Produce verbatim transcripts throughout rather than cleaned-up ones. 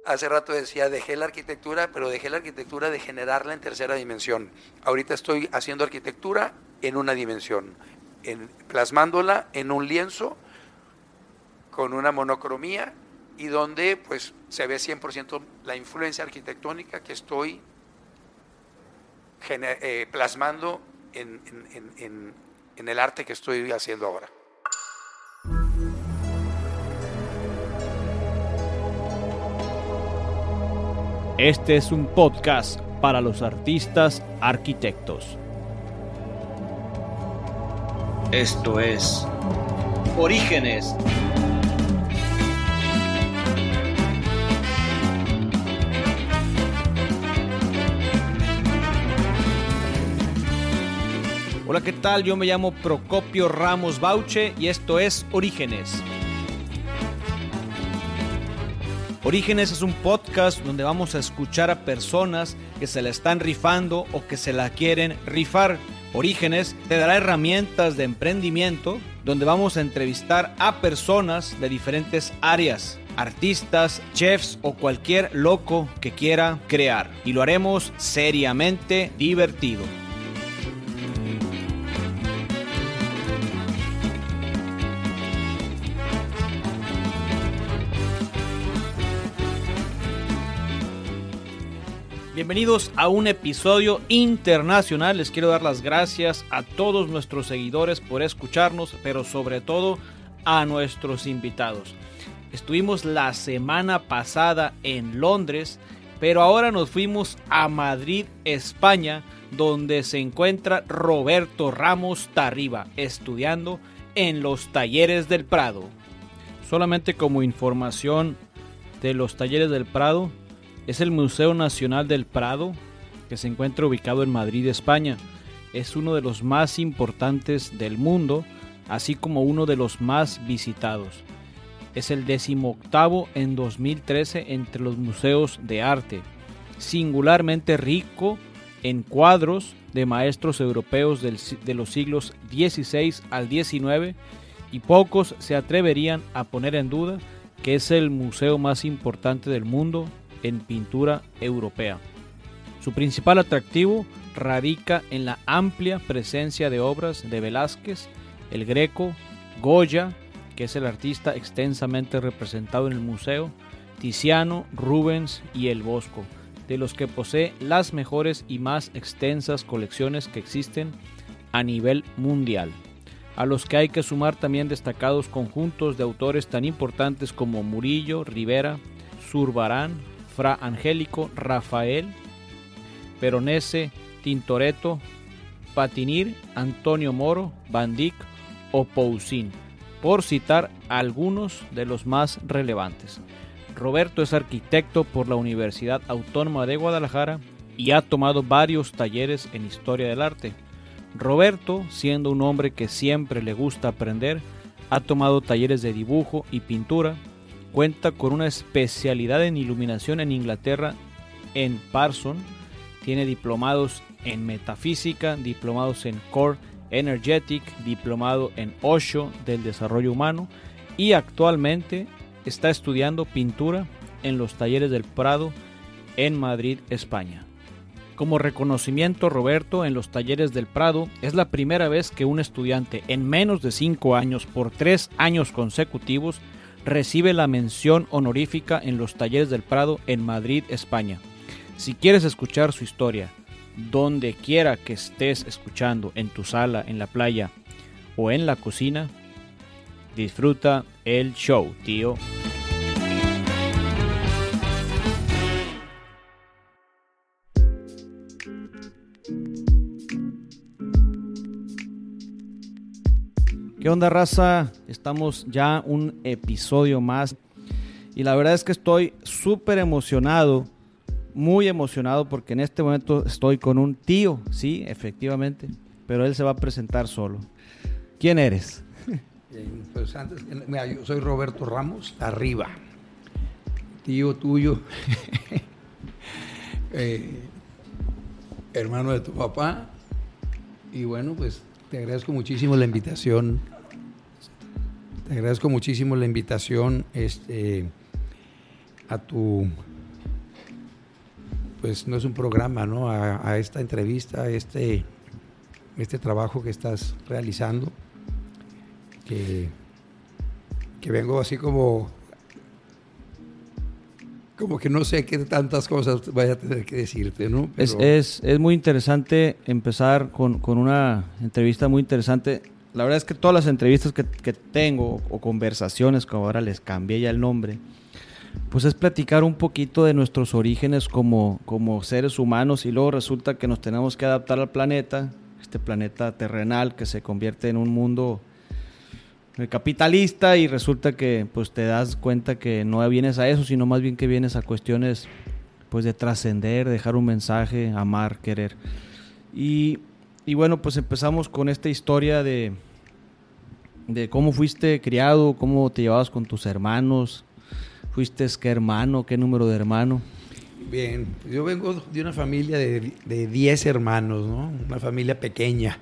Hace rato decía, dejé la arquitectura, pero dejé la arquitectura de generarla en tercera dimensión. Ahorita estoy haciendo arquitectura en una dimensión, en, plasmándola en un lienzo con una monocromía y donde pues se ve cien por ciento la influencia arquitectónica que estoy gener, eh, plasmando en, en, en, en el arte que estoy haciendo ahora. Este es un podcast para los artistas arquitectos. Esto es Orígenes. Hola, ¿qué tal? Yo me llamo Procopio Ramos Bauche y esto es Orígenes. Orígenes es un podcast donde vamos a escuchar a personas que se la están rifando o que se la quieren rifar. Orígenes te dará herramientas de emprendimiento donde vamos a entrevistar a personas de diferentes áreas, artistas, chefs o cualquier loco que quiera crear. Y lo haremos seriamente divertido. Bienvenidos a un episodio internacional. Les quiero dar las gracias a todos nuestros seguidores por escucharnos, pero sobre todo a nuestros invitados. Estuvimos la semana pasada en Londres, pero ahora nos fuimos a Madrid, España, donde se encuentra Roberto Ramos Tarriba, estudiando en los Talleres del Prado. Solamente como información de los Talleres del Prado, es el Museo Nacional del Prado, que se encuentra ubicado en Madrid, España. Es uno de los más importantes del mundo, así como uno de los más visitados. Es el decimoctavo en dos mil trece entre los museos de arte, singularmente rico en cuadros de maestros europeos del, de los siglos dieciséis al diecinueve, y pocos se atreverían a poner en duda que es el museo más importante del mundo en pintura europea. Su principal atractivo radica en la amplia presencia de obras de Velázquez, El Greco, Goya, que es el artista extensamente representado en el museo, Tiziano, Rubens y El Bosco, de los que posee las mejores y más extensas colecciones que existen a nivel mundial, a los que hay que sumar también destacados conjuntos de autores tan importantes como Murillo, Rivera, Zurbarán, Fra Angelico, Rafael, Veronese, Tintoretto, Patinir, Antonio Moro, Van Dyck o Poussin, por citar algunos de los más relevantes. Roberto es arquitecto por la Universidad Autónoma de Guadalajara y ha tomado varios talleres en historia del arte. Roberto, siendo un hombre que siempre le gusta aprender, ha tomado talleres de dibujo y pintura. Cuenta con una especialidad en iluminación en Inglaterra, en Parsons. Tiene diplomados en metafísica, diplomados en Core Energetic, diplomado en Osho del desarrollo humano, y actualmente está estudiando pintura en los Talleres del Prado en Madrid, España. Como reconocimiento, Roberto, en los Talleres del Prado es la primera vez que un estudiante en menos de cinco años por tres años consecutivos recibe la mención honorífica en los Talleres del Prado en Madrid, España. Si quieres escuchar su historia, donde quiera que estés escuchando, en tu sala, en la playa o en la cocina, disfruta el show, tío. ¿Qué onda, raza? Estamos ya un episodio más y la verdad es que estoy súper emocionado, muy emocionado, porque en este momento estoy con un tío, sí, efectivamente, pero él se va a presentar solo. ¿Quién eres? Pues antes, mira, yo soy Roberto Ramos Tarriba, tío tuyo, eh, hermano de tu papá, y bueno, pues te agradezco muchísimo la invitación. Te agradezco muchísimo la invitación este, a tu pues no es un programa, ¿no? A, a esta entrevista, a este, este trabajo que estás realizando, que, que vengo así como, como que no sé qué tantas cosas vaya a tener que decirte, ¿no? Pero... Es, es, es muy interesante empezar con, con una entrevista muy interesante. La verdad es que todas las entrevistas que, que tengo, o conversaciones, como ahora les cambié ya el nombre, pues es platicar un poquito de nuestros orígenes como, como seres humanos, y luego resulta que nos tenemos que adaptar al planeta, este planeta terrenal que se convierte en un mundo capitalista, y resulta que pues te das cuenta que no vienes a eso, sino más bien que vienes a cuestiones pues de trascender, dejar un mensaje, amar, querer. Y, y bueno, pues empezamos con esta historia de, de cómo fuiste criado, cómo te llevabas con tus hermanos. ¿Fuiste qué hermano? ¿Qué número de hermano? Bien, yo vengo de una familia de, de diez hermanos, ¿no? Una familia pequeña.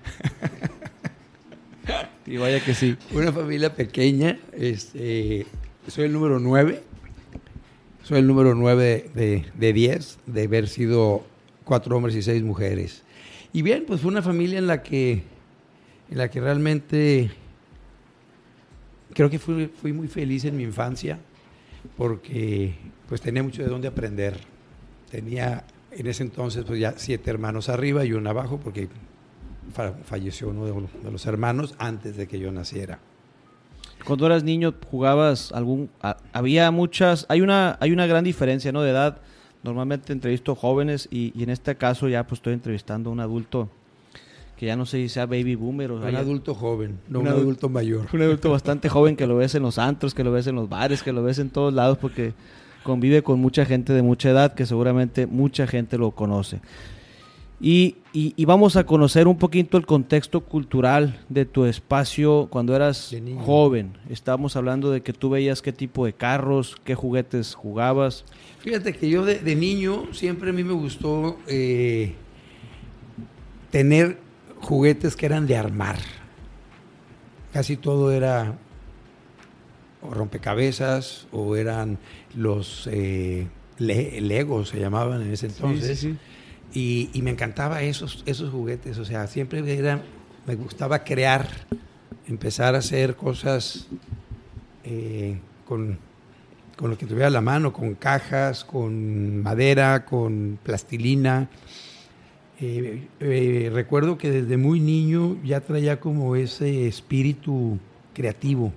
Y vaya que sí. Una familia pequeña. Este, soy el número nueve. Soy el número nueve de, de diez, de haber sido cuatro hombres y seis mujeres. Y bien, pues fue una familia en la que, en la que realmente creo que fui, fui muy feliz en mi infancia, porque pues tenía mucho de dónde aprender. Tenía en ese entonces pues ya siete hermanos arriba y uno abajo, porque fa- falleció uno de, de los hermanos antes de que yo naciera. Cuando eras niño, jugabas algún... A, había muchas... Hay una, hay una gran diferencia, ¿no?, de edad. Normalmente entrevisto jóvenes y, y en este caso ya pues estoy entrevistando a un adulto que ya no sé si sea baby boomer o... Un haya, adulto joven, no un, un adulto, adulto mayor. Un adulto bastante joven que lo ves en los antros, que lo ves en los bares, que lo ves en todos lados, porque convive con mucha gente de mucha edad que seguramente mucha gente lo conoce. Y, y, y vamos a conocer un poquito el contexto cultural de tu espacio cuando eras joven. Estábamos hablando de que tú veías qué tipo de carros, qué juguetes jugabas. Fíjate que yo de, de niño siempre a mí me gustó eh, tener juguetes que eran de armar. Casi todo era o rompecabezas o eran los eh, le, Legos, se llamaban en ese entonces. Sí, sí, sí. Y, y me encantaba esos, esos juguetes. O sea, siempre era, me gustaba crear, empezar a hacer cosas eh, con, con lo que tuviera a la mano, con cajas, con madera, con plastilina. Eh, eh, recuerdo que desde muy niño ya traía como ese espíritu creativo,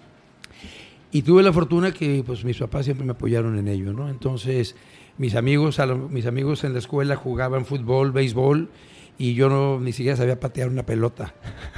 y tuve la fortuna que pues mis papás siempre me apoyaron en ello, ¿no? Entonces mis amigos, mis amigos en la escuela jugaban fútbol, béisbol, y yo no, ni siquiera sabía patear una pelota.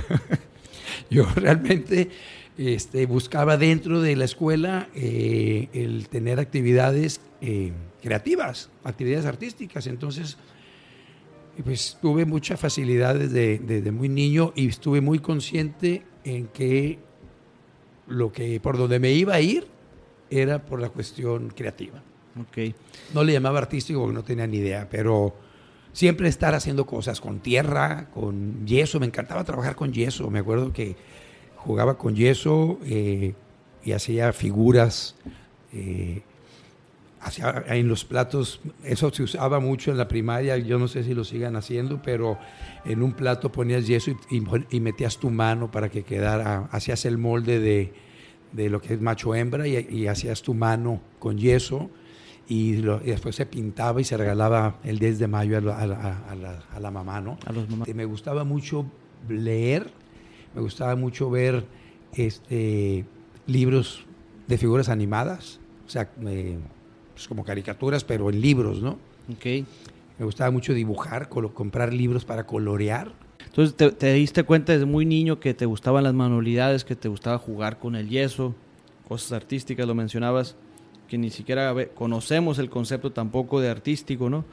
Yo realmente este, buscaba dentro de la escuela eh, el tener actividades eh, creativas, actividades artísticas. Entonces Y pues tuve mucha facilidad desde, desde muy niño, y estuve muy consciente en que lo que por donde me iba a ir era por la cuestión creativa. Okay. No le llamaba artístico porque no tenía ni idea, pero siempre estar haciendo cosas con tierra, con yeso. Me encantaba trabajar con yeso. Me acuerdo que jugaba con yeso eh, y hacía figuras. Eh, Hacia, en los platos, eso se usaba mucho en la primaria, yo no sé si lo sigan haciendo, pero en un plato ponías yeso y, y, y metías tu mano para que quedara, hacías el molde de, de lo que es macho hembra, y, y hacías tu mano con yeso, y, lo, y después se pintaba y se regalaba el diez de mayo a la, a la, a la, a la mamá, ¿no? A los mamás. Me gustaba mucho leer, me gustaba mucho ver este, libros de figuras animadas, o sea, me, pues como caricaturas, pero en libros, ¿no? Okay. Me gustaba mucho dibujar, colo- comprar libros para colorear. Entonces, te, te diste cuenta desde muy niño que te gustaban las manualidades, que te gustaba jugar con el yeso, cosas artísticas, lo mencionabas, que ni siquiera ve, conocemos el concepto tampoco de artístico, ¿no?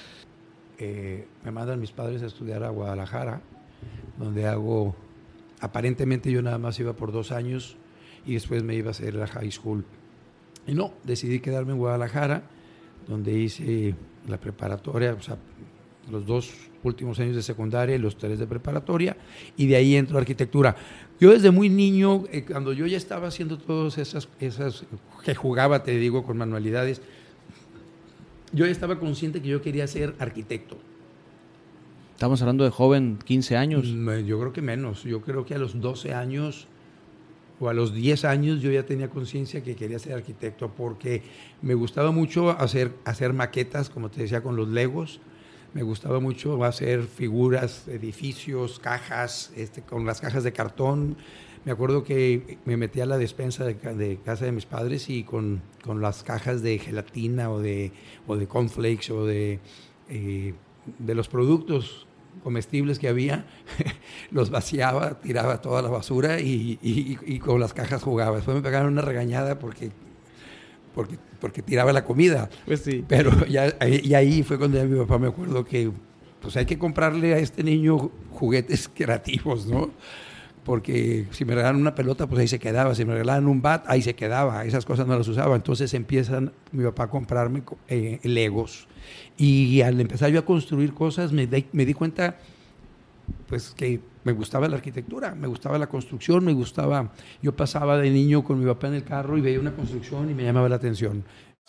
Eh, me mandan mis padres a estudiar a Guadalajara, donde hago, aparentemente yo nada más iba por dos años, y después me iba a hacer la high school. Y no, decidí quedarme en Guadalajara, donde hice la preparatoria, o sea, los dos últimos años de secundaria y los tres de preparatoria, y de ahí entro a arquitectura. Yo desde muy niño, eh, cuando yo ya estaba haciendo todas esas, esas, que jugaba, te digo, con manualidades, yo ya estaba consciente que yo quería ser arquitecto. Estamos hablando de joven, quince años. Yo creo que menos. Yo creo que a los doce años o a los diez años yo ya tenía conciencia que quería ser arquitecto, porque me gustaba mucho hacer, hacer maquetas, como te decía, con los Legos. Me gustaba mucho hacer figuras, edificios, cajas, este, con las cajas de cartón. Me acuerdo que me metía a la despensa de, de casa de mis padres y con, con las cajas de gelatina o de, o de cornflakes o de, eh, de los productos comestibles que había, los vaciaba, tiraba toda la basura y, y, y con las cajas jugaba. Después me pegaron una regañada porque, porque, porque tiraba la comida. Pues sí. Pero ya, y ahí fue cuando ya mi papá me acuerdo que pues hay que comprarle a este niño juguetes creativos, ¿no? Porque si me regalaban una pelota, pues ahí se quedaba. Si me regalaban un bat, ahí se quedaba. Esas cosas no las usaba. Entonces empiezan mi papá a comprarme eh, Legos. Y al empezar yo a construir cosas, me, de, me di cuenta pues que me gustaba la arquitectura, me gustaba la construcción, me gustaba... Yo pasaba de niño con mi papá en el carro y veía una construcción y me llamaba la atención.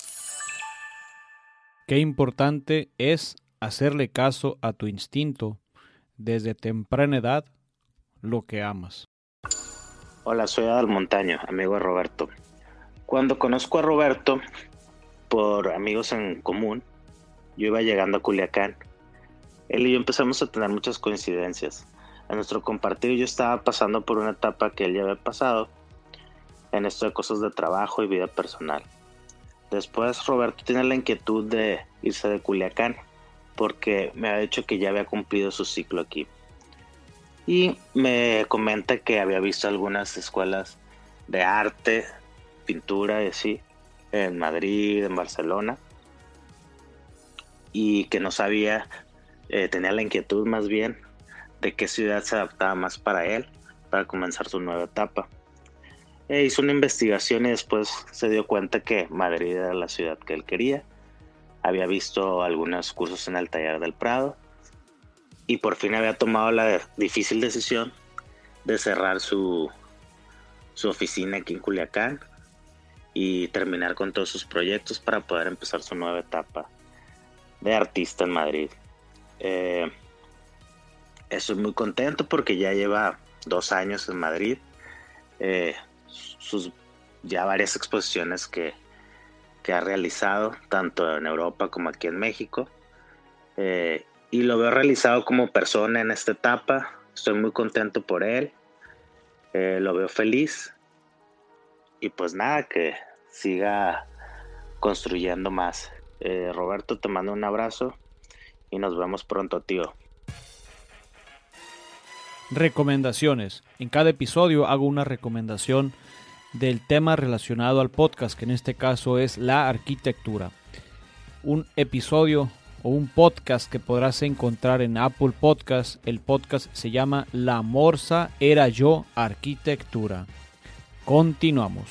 Qué importante es hacerle caso a tu instinto desde temprana edad, lo que amas. Hola, soy Adal Montaño, amigo de Roberto. Cuando conozco a Roberto, por amigos en común, yo iba llegando a Culiacán. Él y yo empezamos a tener muchas coincidencias. En nuestro compartir yo estaba pasando por una etapa que él ya había pasado, en esto de cosas de trabajo y vida personal. Después Roberto tiene la inquietud de irse de Culiacán, porque me ha dicho que ya había cumplido su ciclo aquí. Y me comenta que había visto algunas escuelas de arte, pintura y así, en Madrid, en Barcelona, y que no sabía, eh, tenía la inquietud más bien de qué ciudad se adaptaba más para él, para comenzar su nueva etapa. E hizo una investigación y después se dio cuenta que Madrid era la ciudad que él quería. Había visto algunos cursos en el Taller del Prado, y por fin había tomado la difícil decisión de cerrar su, su oficina aquí en Culiacán y terminar con todos sus proyectos para poder empezar su nueva etapa de artista en Madrid. Eh, estoy muy contento porque ya lleva dos años en Madrid, eh, sus ya varias exposiciones que, que ha realizado tanto en Europa como aquí en México. Eh, Y lo veo realizado como persona en esta etapa. Estoy muy contento por él. Eh, lo veo feliz. Y pues nada, que siga construyendo más. Eh, Roberto, te mando un abrazo y nos vemos pronto, tío. Recomendaciones. En cada episodio hago una recomendación del tema relacionado al podcast, que en este caso es la arquitectura. Un episodio o un podcast que podrás encontrar en Apple Podcast. El podcast se llama La Morsa Era Yo Arquitectura. Continuamos.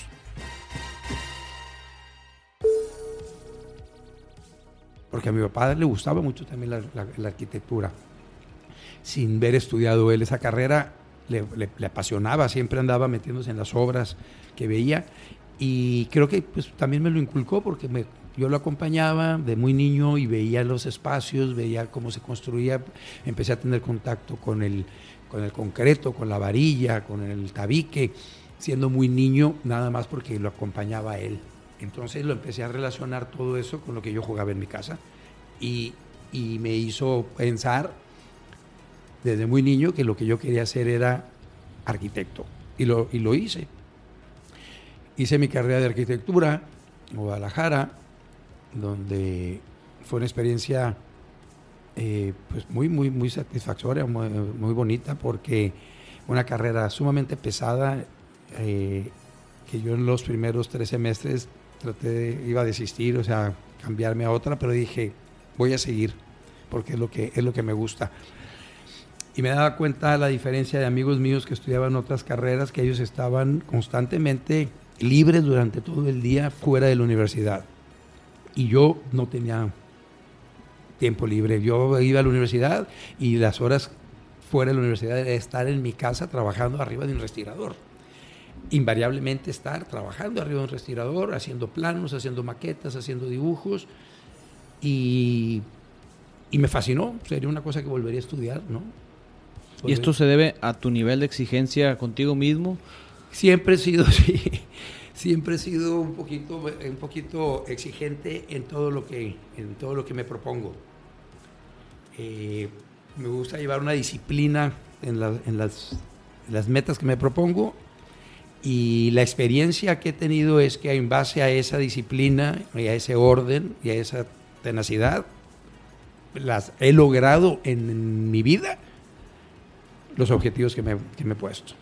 Porque a mi papá le gustaba mucho también la, la, la arquitectura. Sin haber estudiado él esa carrera, le, le, le apasionaba, siempre andaba metiéndose en las obras que veía. Y creo que pues, también me lo inculcó porque me... Yo lo acompañaba de muy niño y veía los espacios, veía cómo se construía. Empecé a tener contacto con el, con el concreto, con la varilla, con el tabique, siendo muy niño, nada más porque lo acompañaba a él. Entonces lo empecé a relacionar todo eso con lo que yo jugaba en mi casa y, y me hizo pensar desde muy niño que lo que yo quería hacer era arquitecto. Y lo, y lo hice. Hice mi carrera de arquitectura en Guadalajara, donde fue una experiencia eh, pues muy, muy, muy satisfactoria, muy, muy bonita, porque una carrera sumamente pesada, eh, que yo en los primeros tres semestres traté de, iba a desistir, o sea, cambiarme a otra, pero dije, voy a seguir, porque es lo que, es lo que me gusta. Y me daba cuenta la diferencia de amigos míos que estudiaban otras carreras, que ellos estaban constantemente libres durante todo el día fuera de la universidad. Y yo no tenía tiempo libre. Yo iba a la universidad y las horas fuera de la universidad era estar en mi casa trabajando arriba de un respirador. Invariablemente estar trabajando arriba de un respirador, haciendo planos, haciendo maquetas, haciendo dibujos. y, y me fascinó. Sería una cosa que volvería a estudiar, ¿no? Volver. ¿Y esto se debe a tu nivel de exigencia contigo mismo? Siempre he sido, sí, siempre he sido un poquito, un poquito exigente en todo lo que, en todo lo que me propongo. Eh, me gusta llevar una disciplina en, la, en, las, en las metas que me propongo, y la experiencia que he tenido es que en base a esa disciplina y a ese orden y a esa tenacidad, las he logrado en, en mi vida los objetivos que me, que me he puesto.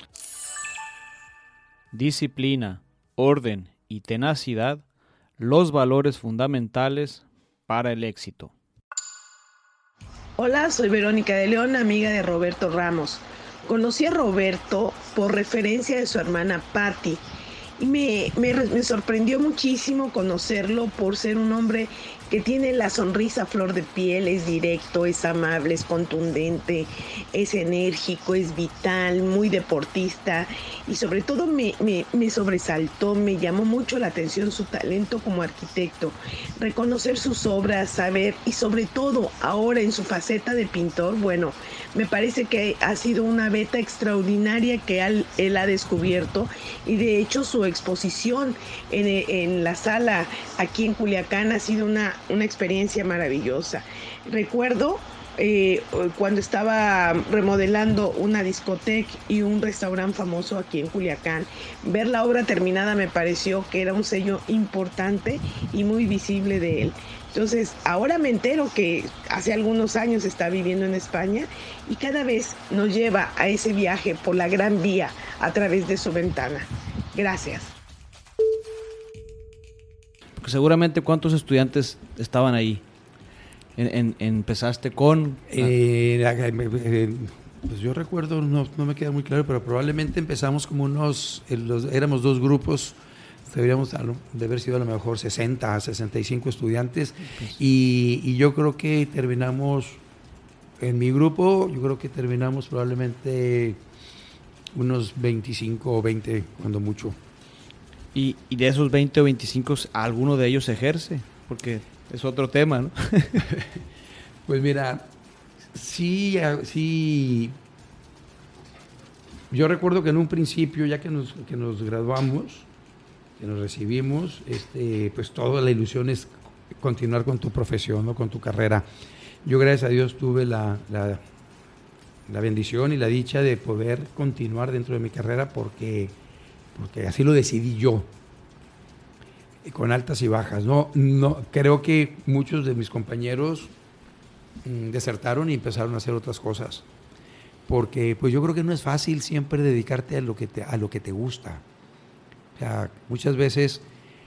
Disciplina, orden y tenacidad, los valores fundamentales para el éxito. Hola, soy Verónica de León, amiga de Roberto Ramos. Conocí a Roberto por referencia de su hermana Patti y me, me, me sorprendió muchísimo conocerlo por ser un hombre que tiene la sonrisa a flor de piel, es directo, es amable, es contundente, es enérgico, es vital, muy deportista y sobre todo me, me, me sobresaltó, me llamó mucho la atención su talento como arquitecto, reconocer sus obras, saber y sobre todo ahora en su faceta de pintor, bueno, me parece que ha sido una beta extraordinaria que él, él ha descubierto y de hecho su exposición en, en la sala aquí en Culiacán ha sido una una experiencia maravillosa. Recuerdo eh, cuando estaba remodelando una discoteca y un restaurante famoso aquí en Culiacán, ver la obra terminada me pareció que era un sello importante y muy visible de él. Entonces, ahora me entero que hace algunos años está viviendo en España y cada vez nos lleva a ese viaje por la Gran Vía a través de su ventana. Gracias. Seguramente, ¿cuántos estudiantes estaban ahí? En, en, ¿Empezaste con...? Eh, eh, pues yo recuerdo, no, no me queda muy claro, pero probablemente empezamos como unos... Los, éramos dos grupos, deberíamos de haber sido a lo mejor sesenta, sesenta y cinco estudiantes, pues, y, y yo creo que terminamos, en mi grupo, yo creo que terminamos probablemente unos veinticinco o veinte, cuando mucho. Y, y de esos veinte o veinticinco, ¿alguno de ellos ejerce? Porque es otro tema, ¿no? Pues mira, sí, sí. Yo recuerdo que en un principio, ya que nos, que nos graduamos, que nos recibimos, este, pues toda la ilusión es continuar con tu profesión, ¿no? Con tu carrera. Yo, gracias a Dios, tuve la, la, la bendición y la dicha de poder continuar dentro de mi carrera porque... porque así lo decidí yo, con altas y bajas. No, no, creo que muchos de mis compañeros mmm, desertaron y empezaron a hacer otras cosas, porque pues yo creo que no es fácil siempre dedicarte a lo que te, a lo que te gusta. O sea, muchas veces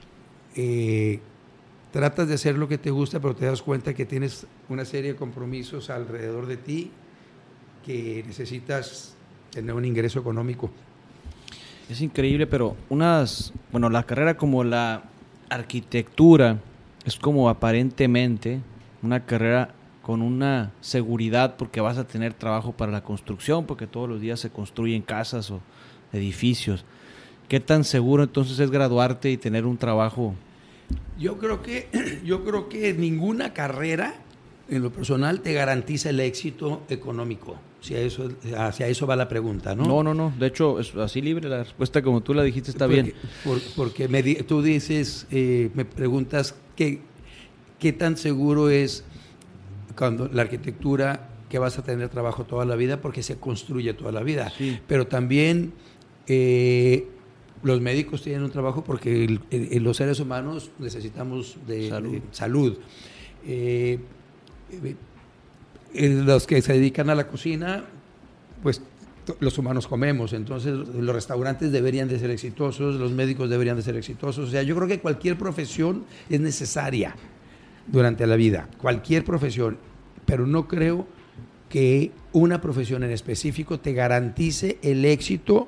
eh, tratas de hacer lo que te gusta, pero te das cuenta que tienes una serie de compromisos alrededor de ti que necesitas tener un ingreso económico. Es increíble, pero unas, bueno, la carrera como la arquitectura es como aparentemente una carrera con una seguridad porque vas a tener trabajo para la construcción, porque todos los días se construyen casas o edificios. ¿Qué tan seguro entonces es graduarte y tener un trabajo? Yo creo que, yo creo que ninguna carrera en lo personal te garantiza el éxito económico. Si a eso, hacia eso va la pregunta, ¿no? No, no, no. De hecho, es así libre la respuesta como tú la dijiste, está porque, bien. Por, porque me, tú dices, eh, me preguntas qué, qué tan seguro es cuando la arquitectura que vas a tener trabajo toda la vida, porque se construye toda la vida. Sí. Pero también eh, los médicos tienen un trabajo porque el, el, los seres humanos necesitamos de salud. De salud. Eh, eh, los que se dedican a la cocina, pues los humanos comemos, entonces los restaurantes deberían de ser exitosos, los médicos deberían de ser exitosos. O sea, yo creo que cualquier profesión es necesaria durante la vida, cualquier profesión, pero no creo que una profesión en específico te garantice el éxito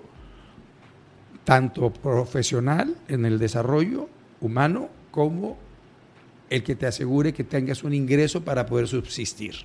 tanto profesional en el desarrollo humano como el que te asegure que tengas un ingreso para poder subsistir.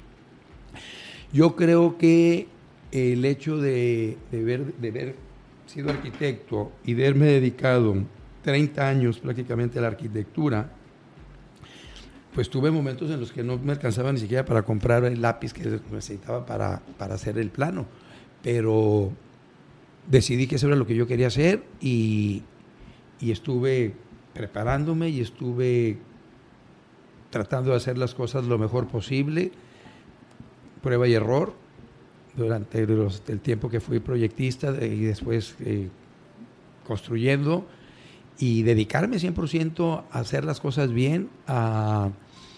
Yo creo que el hecho de, de, ver, de haber sido arquitecto y de haberme dedicado treinta años prácticamente a la arquitectura, pues tuve momentos en los que no me alcanzaba ni siquiera para comprar el lápiz que necesitaba para, para hacer el plano, pero decidí que eso era lo que yo quería hacer y, y estuve preparándome y estuve tratando de hacer las cosas lo mejor posible, prueba y error, durante los, el tiempo que fui proyectista y después eh, construyendo, y dedicarme cien por ciento a hacer las cosas bien, a,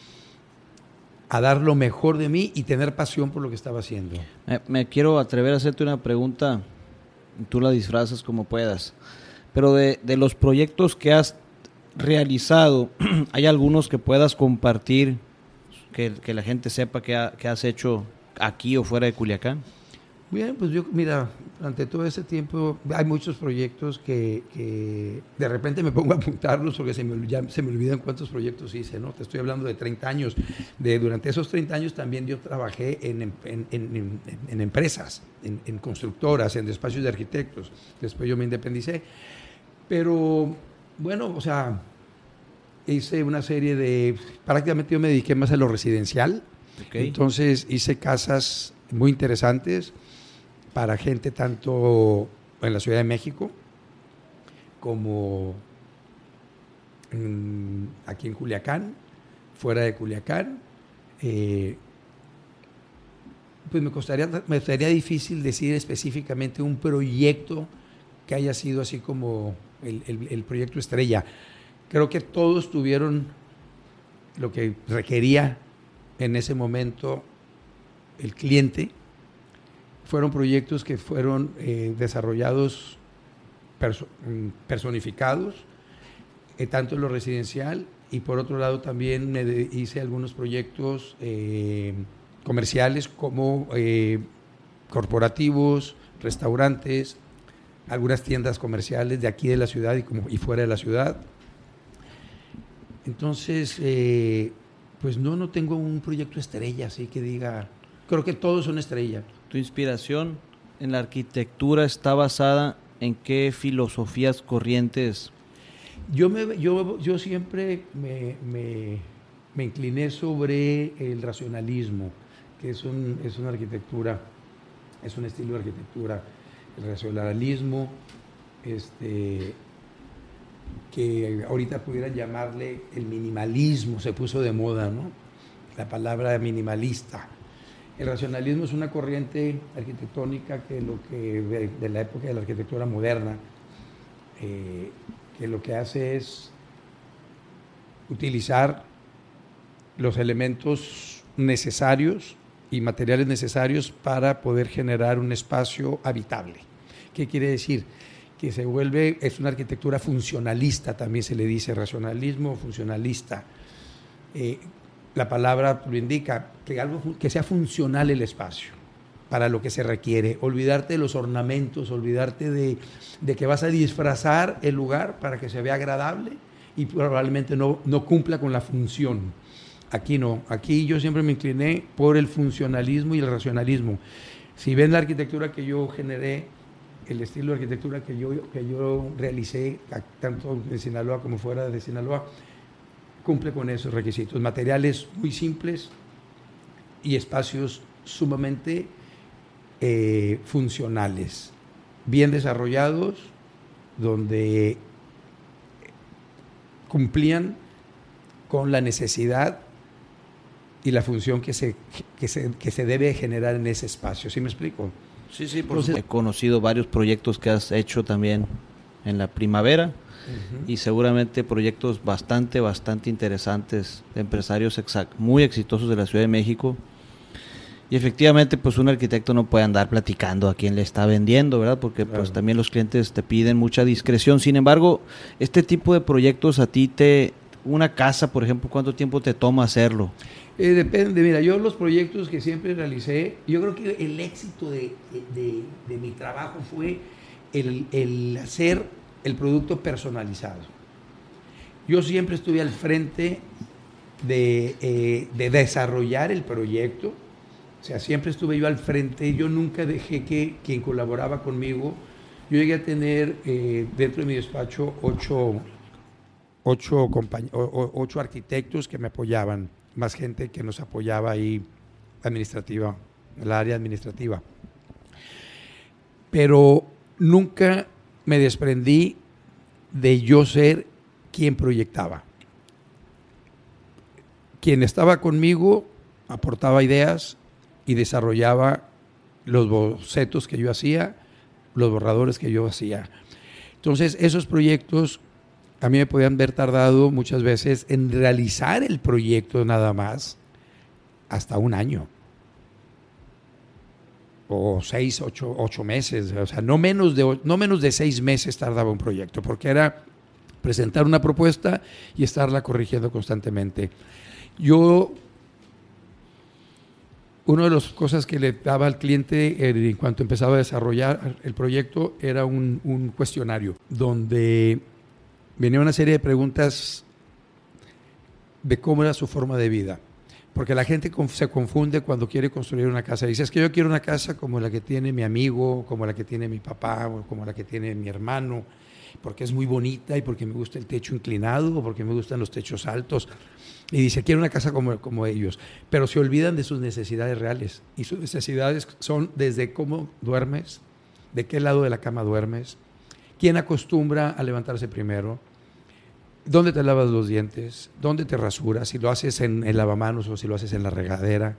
a dar lo mejor de mí y tener pasión por lo que estaba haciendo. Me, me quiero atrever a hacerte una pregunta, tú la disfrazas como puedas, pero de, de los proyectos que has realizado, ¿hay algunos que puedas compartir, que, que la gente sepa que, ha, que has hecho aquí o fuera de Culiacán? Bien, pues yo, mira, durante todo ese tiempo hay muchos proyectos que, que de repente me pongo a apuntarlos porque se me, ya se me olvidan cuántos proyectos hice, ¿no? Te estoy hablando de treinta años. De, durante esos treinta años también yo trabajé en, en, en, en, en empresas, en, en constructoras, en despachos de arquitectos. Después yo me independicé. Pero, bueno, o sea, hice una serie de... Prácticamente yo me dediqué más a lo residencial. Okay. Entonces hice casas muy interesantes para gente tanto en la Ciudad de México como en, aquí en Culiacán, fuera de Culiacán. Eh, pues me costaría, me sería difícil decir específicamente un proyecto que haya sido así como el, el, el proyecto estrella. Creo que todos tuvieron lo que requería en ese momento el cliente. Fueron proyectos que fueron eh, desarrollados perso personificados, eh, tanto en lo residencial, y por otro lado también me de, hice algunos proyectos eh, comerciales como eh, corporativos, restaurantes, algunas tiendas comerciales de aquí de la ciudad y, como, y fuera de la ciudad. Entonces, eh, pues no, no tengo un proyecto estrella, así que diga, creo que todos son estrella. ¿Tu inspiración en la arquitectura está basada en qué filosofías corrientes? Yo, me, yo, yo siempre me, me, me incliné sobre el racionalismo, que es, un, es una arquitectura, es un estilo de arquitectura. El racionalismo, este, que ahorita pudieran llamarle el minimalismo, se puso de moda, ¿no? La palabra minimalista. El racionalismo es una corriente arquitectónica que lo que de, de la época de la arquitectura moderna, eh, que lo que hace es utilizar los elementos necesarios y materiales necesarios para poder generar un espacio habitable. ¿Qué quiere decir? Que se vuelve, es una arquitectura funcionalista, también se le dice racionalismo funcionalista. Eh, la palabra lo indica, que algo que sea funcional el espacio para lo que se requiere, olvidarte de los ornamentos, olvidarte de, de que vas a disfrazar el lugar para que se vea agradable y probablemente no, no cumpla con la función. Aquí no, aquí yo siempre me incliné por el funcionalismo y el racionalismo. Si ven la arquitectura que yo generé, el estilo de arquitectura que yo, que yo realicé, tanto en Sinaloa como fuera de Sinaloa, cumple con esos requisitos. Materiales muy simples y espacios sumamente eh, funcionales, bien desarrollados, donde cumplían con la necesidad y la función que se, que se, que se debe generar en ese espacio. ¿Sí me explico? Sí, sí, por Entonces, he conocido varios proyectos que has hecho también en la primavera, uh-huh, y seguramente proyectos bastante, bastante interesantes de empresarios muy exitosos de la Ciudad de México. Y efectivamente, pues un arquitecto no puede andar platicando a quién le está vendiendo, ¿verdad? Porque claro, pues también los clientes te piden mucha discreción. Sin embargo, este tipo de proyectos a ti te... Una casa, por ejemplo, ¿cuánto tiempo te toma hacerlo? Eh, depende, mira, yo los proyectos que siempre realicé, yo creo que el éxito de, de, de mi trabajo fue el, el hacer el producto personalizado. Yo siempre estuve al frente de, eh, de desarrollar el proyecto, o sea, siempre estuve yo al frente, yo nunca dejé que quien colaboraba conmigo, yo llegué a tener eh, dentro de mi despacho ocho, ocho, compañ- o- o- ocho arquitectos que me apoyaban, más gente que nos apoyaba ahí administrativa, en el área administrativa. Pero nunca me desprendí de yo ser quien proyectaba. Quien estaba conmigo aportaba ideas y desarrollaba los bocetos que yo hacía, los borradores que yo hacía. Entonces, esos proyectos a mí me podían ver tardado muchas veces en realizar el proyecto nada más hasta un año. O seis, ocho, ocho meses. O sea, no menos de, no menos de seis meses tardaba un proyecto, porque era presentar una propuesta y estarla corrigiendo constantemente. Yo, una de las cosas que le daba al cliente en cuanto empezaba a desarrollar el proyecto era un, un cuestionario donde venía una serie de preguntas de cómo era su forma de vida. Porque la gente se confunde cuando quiere construir una casa. Dice, es que yo quiero una casa como la que tiene mi amigo, como la que tiene mi papá, o como la que tiene mi hermano, porque es muy bonita y porque me gusta el techo inclinado o porque me gustan los techos altos. Y dice, quiero una casa como, como ellos. Pero se olvidan de sus necesidades reales. Y sus necesidades son desde cómo duermes, de qué lado de la cama duermes, quién acostumbra a levantarse primero, dónde te lavas los dientes, dónde te rasuras, si lo haces en el lavamanos o si lo haces en la regadera,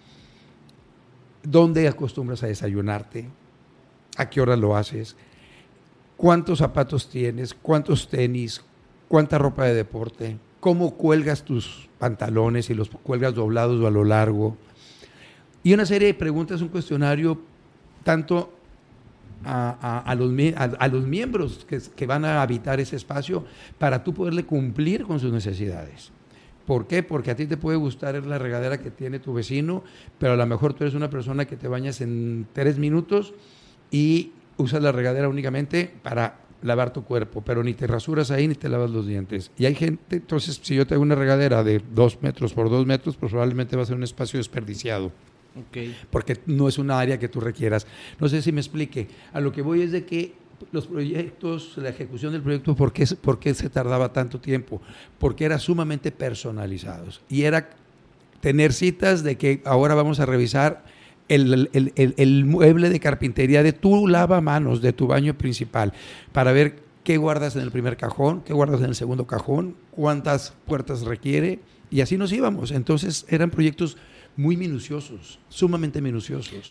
dónde acostumbras a desayunarte, a qué hora lo haces, cuántos zapatos tienes, cuántos tenis, cuánta ropa de deporte, cómo cuelgas tus pantalones, si los cuelgas doblados o a lo largo. Y una serie de preguntas, un cuestionario tanto a, a, a, los, a, a los miembros que, que van a habitar ese espacio para tú poderle cumplir con sus necesidades. ¿Por qué? Porque a ti te puede gustar la regadera que tiene tu vecino, pero a lo mejor tú eres una persona que te bañas en tres minutos y usas la regadera únicamente para lavar tu cuerpo, pero ni te rasuras ahí ni te lavas los dientes. Y hay gente, entonces, si yo tengo una regadera de dos metros por dos metros, pues probablemente va a ser un espacio desperdiciado. Okay. Porque no es una área que tú requieras. No sé si me explique. A lo que voy es de que los proyectos, la ejecución del proyecto, ¿por qué, por qué se tardaba tanto tiempo? Porque eran sumamente personalizados. Y era tener citas de que ahora vamos a revisar El, el, el, el mueble de carpintería de tu lavamanos, de tu baño principal, para ver qué guardas en el primer cajón, qué guardas en el segundo cajón, cuántas puertas requiere, y así nos íbamos. Entonces eran proyectos muy minuciosos, sumamente minuciosos.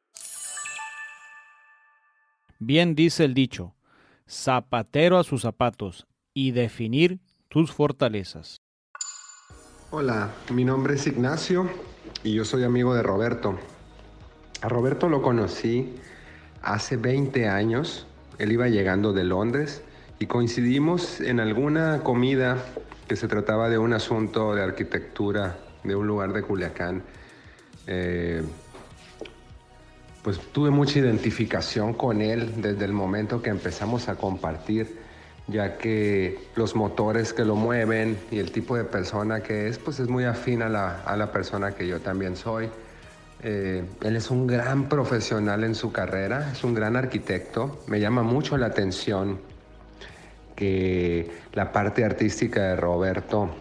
Bien dice el dicho, zapatero a sus zapatos, y definir tus fortalezas. Hola, mi nombre es Ignacio y yo soy amigo de Roberto. A Roberto lo conocí hace veinte años, él iba llegando de Londres y coincidimos en alguna comida que se trataba de un asunto de arquitectura de un lugar de Culiacán. Eh, pues tuve mucha identificación con él desde el momento que empezamos a compartir, ya que los motores que lo mueven y el tipo de persona que es, pues es muy afín a la, a la persona que yo también soy. Eh, él es un gran profesional en su carrera, es un gran arquitecto. Me llama mucho la atención que la parte artística de Roberto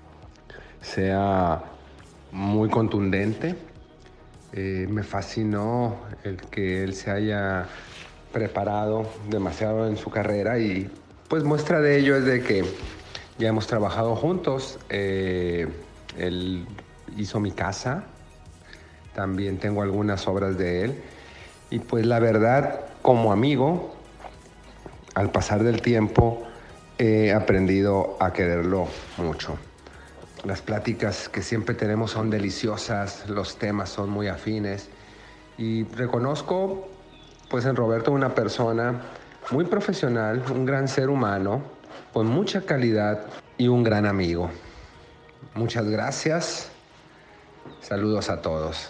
sea muy contundente. Eh, me fascinó el que él se haya preparado demasiado en su carrera y pues muestra de ello es de que ya hemos trabajado juntos. Eh, él hizo mi casa. También tengo algunas obras de él. Y pues la verdad, como amigo, al pasar del tiempo, he aprendido a quererlo mucho. Las pláticas que siempre tenemos son deliciosas, los temas son muy afines. Y reconozco, pues en Roberto, una persona muy profesional, un gran ser humano, con mucha calidad y un gran amigo. Muchas gracias. Saludos a todos.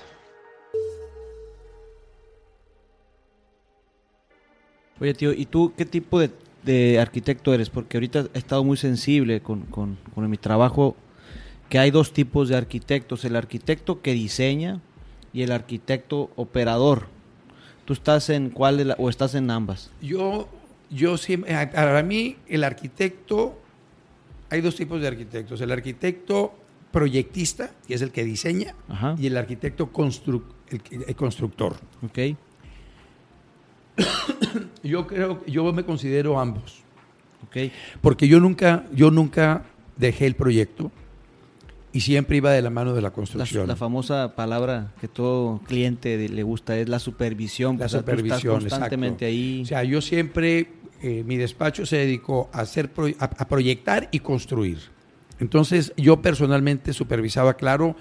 Oye, tío, ¿y tú qué tipo de, de arquitecto eres? Porque ahorita he estado muy sensible con, con, con mi trabajo, que hay dos tipos de arquitectos, el arquitecto que diseña y el arquitecto operador. ¿Tú estás en cuál de la, o estás en ambas? Yo, yo siempre, para mí el arquitecto hay dos tipos de arquitectos. El arquitecto proyectista, que es el que diseña, Ajá. y el arquitecto constru- el, el constructor. Ok. Yo creo, yo me considero ambos. Ok. Porque yo nunca, yo nunca dejé el proyecto y siempre iba de la mano de la La, construcción. la famosa palabra que todo cliente de- le gusta es la supervisión. La O sea, tú estás supervisión, constantemente exacto. ahí. O sea, yo siempre, eh, mi despacho se dedicó a, hacer pro- a, a proyectar y construir. Entonces, yo personalmente supervisaba, claro.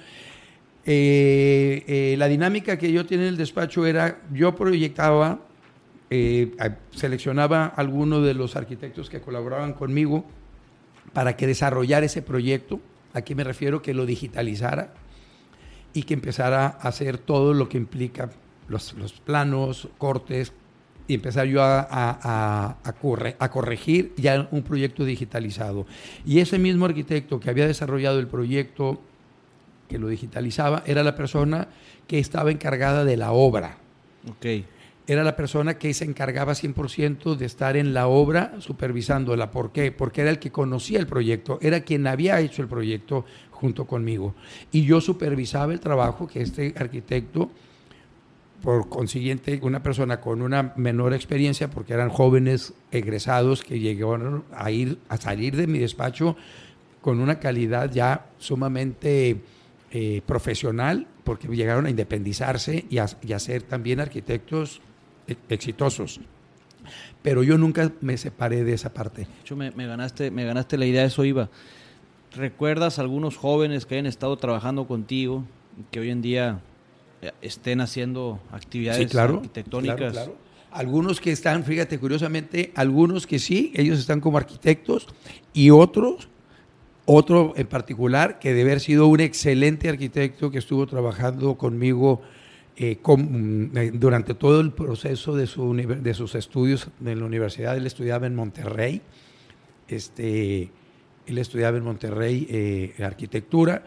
Eh, eh, la dinámica que yo tenía en el despacho era, yo proyectaba, eh, a- seleccionaba a alguno de los arquitectos que colaboraban conmigo para que desarrollara ese proyecto. ¿A qué me refiero? Que lo digitalizara y que empezara a hacer todo lo que implica los, los planos, cortes, y empezar yo a, a, a, a, corre, a corregir ya un proyecto digitalizado. Y ese mismo arquitecto que había desarrollado el proyecto que lo digitalizaba era la persona que estaba encargada de la obra. Ok. Era la persona que se encargaba cien por ciento de estar en la obra supervisándola. ¿Por qué? Porque era el que conocía el proyecto, era quien había hecho el proyecto junto conmigo. Y yo supervisaba el trabajo que este arquitecto, por consiguiente, una persona con una menor experiencia, porque eran jóvenes egresados que llegaron a, ir, a salir de mi despacho con una calidad ya sumamente eh, profesional, porque llegaron a independizarse y a, y a ser también arquitectos exitosos. Pero yo nunca me separé de esa parte. De hecho, me, me ganaste, me ganaste la idea, eso iba. ¿Recuerdas algunos jóvenes que hayan estado trabajando contigo, que hoy en día estén haciendo actividades sí, claro, arquitectónicas? Claro, claro. Algunos que están, fíjate, curiosamente, algunos que sí, ellos están como arquitectos, y otros, otro en particular, que debe haber sido un excelente arquitecto que estuvo trabajando conmigo eh, con, eh, durante todo el proceso de, su, de sus estudios en la universidad. Él estudiaba en Monterrey, este, él estudiaba en Monterrey eh, arquitectura,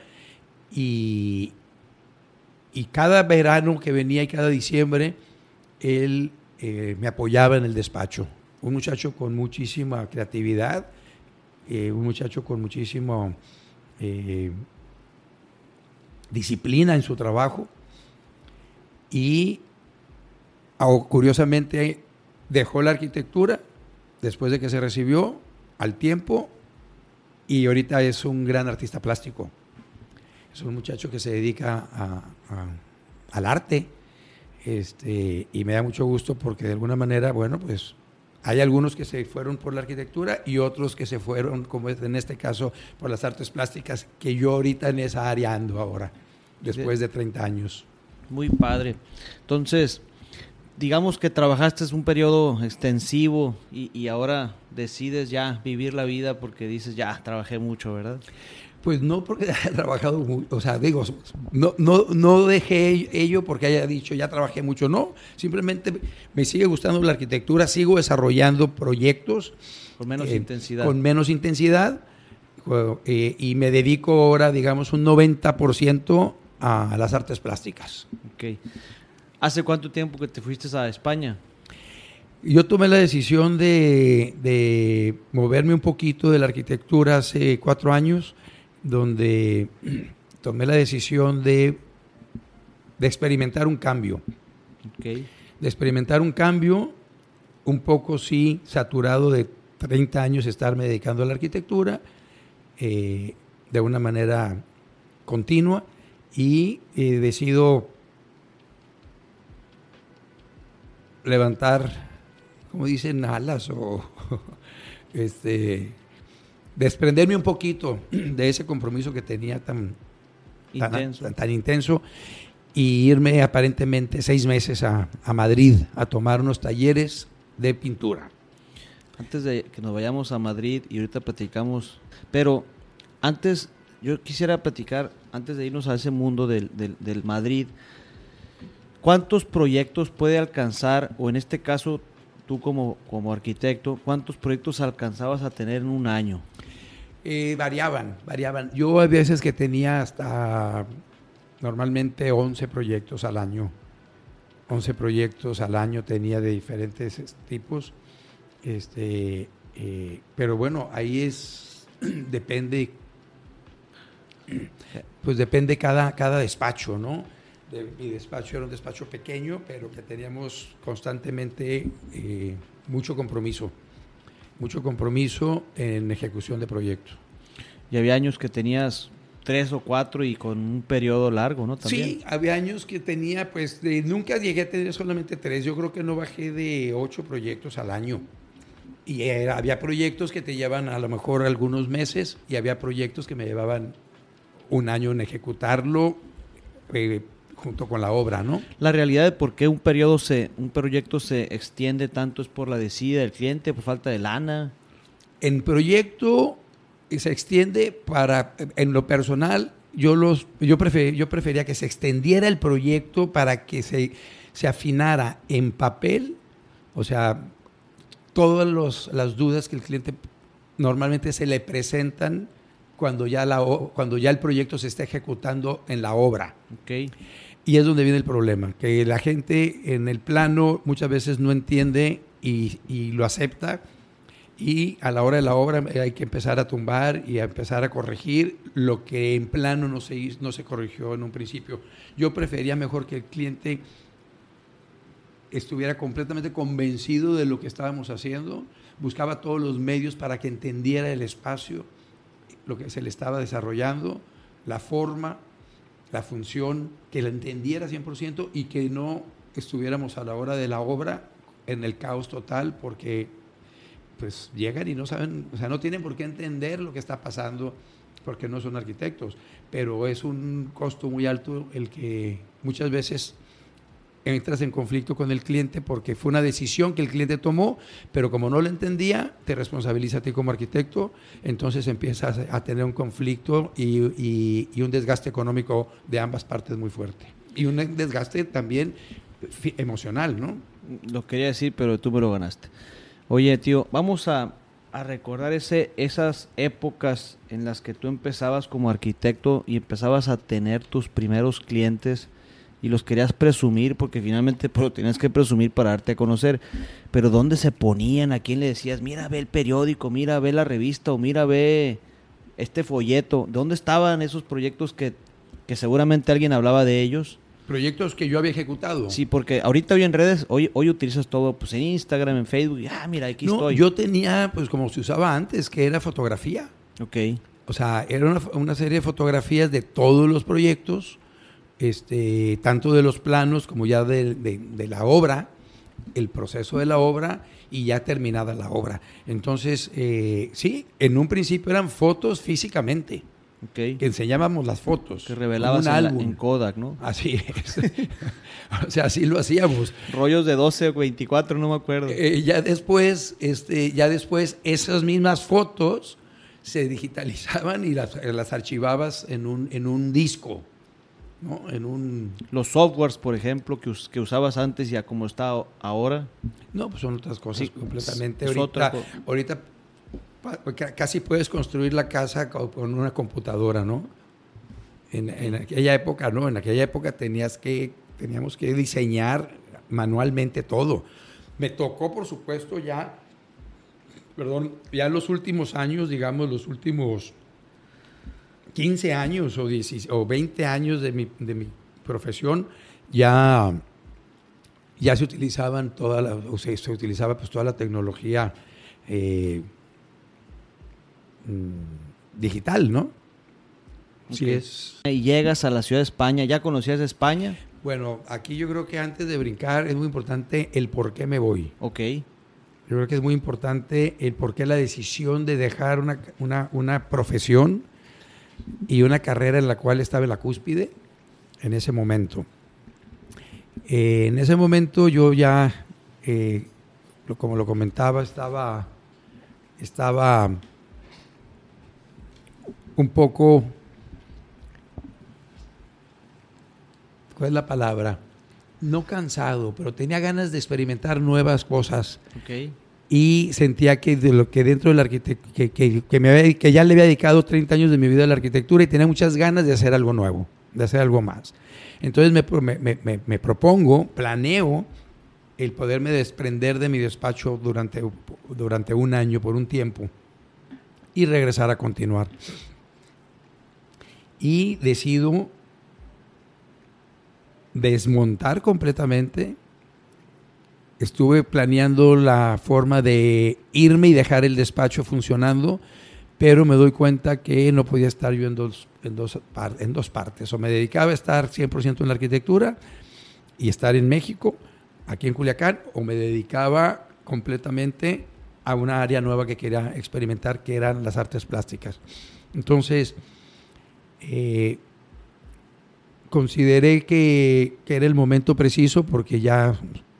y, y cada verano que venía y cada diciembre, él eh, me apoyaba en el despacho. Un muchacho con muchísima creatividad, eh, un muchacho con muchísima eh, disciplina en su trabajo, y oh, curiosamente dejó la arquitectura después de que se recibió al tiempo, y ahorita es un gran artista plástico. Es un muchacho que se dedica a, a, al arte, este, y me da mucho gusto porque de alguna manera, bueno, pues hay algunos que se fueron por la arquitectura y otros que se fueron, como es en este caso, por las artes plásticas, que yo ahorita en esa área ando ahora, después de treinta años. Muy padre. Entonces, digamos que trabajaste un periodo extensivo y, y ahora decides ya vivir la vida porque dices, ya, trabajé mucho, ¿verdad? Pues no porque haya trabajado mucho, o sea, digo, no, no, no dejé ello porque haya dicho ya trabajé mucho, no, simplemente me sigue gustando la arquitectura, sigo desarrollando proyectos. Con menos eh, intensidad. Con menos intensidad, eh, y me dedico ahora, digamos, un noventa por ciento a las artes plásticas. Ok. ¿Hace cuánto tiempo que te fuiste a España? Yo tomé la decisión de, de moverme un poquito de la arquitectura hace cuatro años, donde tomé la decisión de, de experimentar un cambio. Okay. De experimentar un cambio, un poco sí saturado de treinta años estarme dedicando a la arquitectura, eh, de una manera continua, y eh, decido levantar, como dicen, alas o este, desprenderme un poquito de ese compromiso que tenía tan intenso, tan, tan, tan intenso, y irme aparentemente seis meses a, a Madrid a tomar unos talleres de pintura. Antes de que nos vayamos a Madrid y ahorita platicamos, pero antes yo quisiera platicar, antes de irnos a ese mundo del, del, del Madrid, ¿cuántos proyectos puede alcanzar, o en este caso tú como, como arquitecto, cuántos proyectos alcanzabas a tener en un año? Eh, variaban, variaban. Yo a veces que tenía hasta normalmente once proyectos al año. once proyectos al año tenía de diferentes tipos. Este, eh, pero bueno, ahí es depende, pues depende cada, cada despacho, ¿no? De, mi despacho era un despacho pequeño, pero que teníamos constantemente eh, mucho compromiso, mucho compromiso en ejecución de proyectos. Y había años que tenías tres o cuatro y con un periodo largo, ¿no? También. Sí, había años que tenía, pues, de, nunca llegué a tener solamente tres. Yo creo que no bajé de ocho proyectos al año. Y era, había proyectos que te llevan a lo mejor algunos meses y había proyectos que me llevaban un año en ejecutarlo eh, junto con la obra, ¿no? La realidad de por qué un periodo se, un proyecto se extiende tanto es por la desidia del cliente, por falta de lana. En proyecto se extiende para, en lo personal, yo los, yo prefer, yo prefería que se extendiera el proyecto para que se, se afinara en papel, o sea, todas los, las dudas que el cliente normalmente se le presentan cuando ya, la, cuando ya el proyecto se está ejecutando en la obra. Okay. Y es donde viene el problema, que la gente en el plano muchas veces no entiende y, y lo acepta, y a la hora de la obra hay que empezar a tumbar y a empezar a corregir lo que en plano no se, hizo, no se corrigió en un principio. Yo prefería mejor que el cliente estuviera completamente convencido de lo que estábamos haciendo, buscaba todos los medios para que entendiera el espacio, lo que se le estaba desarrollando, la forma, la función, que la entendiera cien por ciento y que no estuviéramos a la hora de la obra en el caos total, porque pues llegan y no saben, o sea, no tienen por qué entender lo que está pasando porque no son arquitectos, pero es un costo muy alto el que muchas veces entras en conflicto con el cliente porque fue una decisión que el cliente tomó, pero como no lo entendía, te responsabiliza a ti como arquitecto, entonces empiezas a tener un conflicto y, y, y un desgaste económico de ambas partes muy fuerte. Y un desgaste también emocional, ¿no? Lo quería decir, pero tú me lo ganaste. Oye, tío, vamos a, a recordar ese, esas épocas en las que tú empezabas como arquitecto y empezabas a tener tus primeros clientes y los querías presumir porque finalmente pues, lo tenías que presumir para darte a conocer. Pero ¿dónde se ponían? ¿A quién le decías? Mira, ve el periódico, mira, ve la revista o mira, ve este folleto. ¿Dónde estaban esos proyectos que, que seguramente alguien hablaba de ellos? Proyectos que yo había ejecutado. Sí, porque ahorita hoy en redes, hoy, hoy utilizas todo pues en Instagram, en Facebook. Y, ah, mira, aquí no, estoy. Yo tenía, pues como se usaba antes, que era fotografía. Ok. O sea, era una, una serie de fotografías de todos los proyectos, este, tanto de los planos como ya de, de, de la obra, el proceso de la obra y ya terminada la obra. Entonces, eh, sí, en un principio eran fotos físicamente. Okay. Que enseñábamos las fotos. Que revelabas en, la, en Kodak, ¿no? Así es. O sea, así lo hacíamos. Rollos de doce o veinticuatro, no me acuerdo. Eh, ya después, este, ya después, esas mismas fotos se digitalizaban y las, las archivabas en un, en un disco, ¿no? En un... Los softwares, por ejemplo, que, us, que usabas antes y a como está ahora. No, pues son otras cosas sí, completamente. Es ahorita, otra... ahorita casi puedes construir la casa con una computadora, ¿no? En, en aquella época, no, en aquella época tenías que, teníamos que diseñar manualmente todo. Me tocó, por supuesto, ya, perdón, ya en los últimos años, digamos, los últimos quince años o, diez, o veinte años de mi, de mi profesión, ya, ya se utilizaban toda la, o sea, se utilizaba pues toda la tecnología eh, digital, ¿no? Okay. Sí es. Y llegas a la ciudad de España, ¿ya conocías España? Bueno, aquí yo creo que antes de brincar es muy importante el por qué me voy. Ok. Yo creo que es muy importante el por qué la decisión de dejar una, una, una profesión y una carrera en la cual estaba en la cúspide en ese momento. Eh, en ese momento yo ya, eh, como lo comentaba, estaba, estaba un poco, ¿cuál es la palabra? No cansado, pero tenía ganas de experimentar nuevas cosas. Okay. Y sentía que de lo que dentro de la arquitectura, que, que, que, me había, que ya le había dedicado treinta años de mi vida a la arquitectura y tenía muchas ganas de hacer algo nuevo, de hacer algo más. Entonces me, me, me, me propongo, planeo el poderme desprender de mi despacho durante, durante un año, por un tiempo, y regresar a continuar. Y decido desmontar completamente. Estuve planeando la forma de irme y dejar el despacho funcionando, pero me doy cuenta que no podía estar yo en dos, en dos, en dos partes. O me dedicaba a estar cien por ciento en la arquitectura y estar en México, aquí en Culiacán, o me dedicaba completamente a una área nueva que quería experimentar, que eran las artes plásticas. Entonces, eh, consideré que, que era el momento preciso, porque ya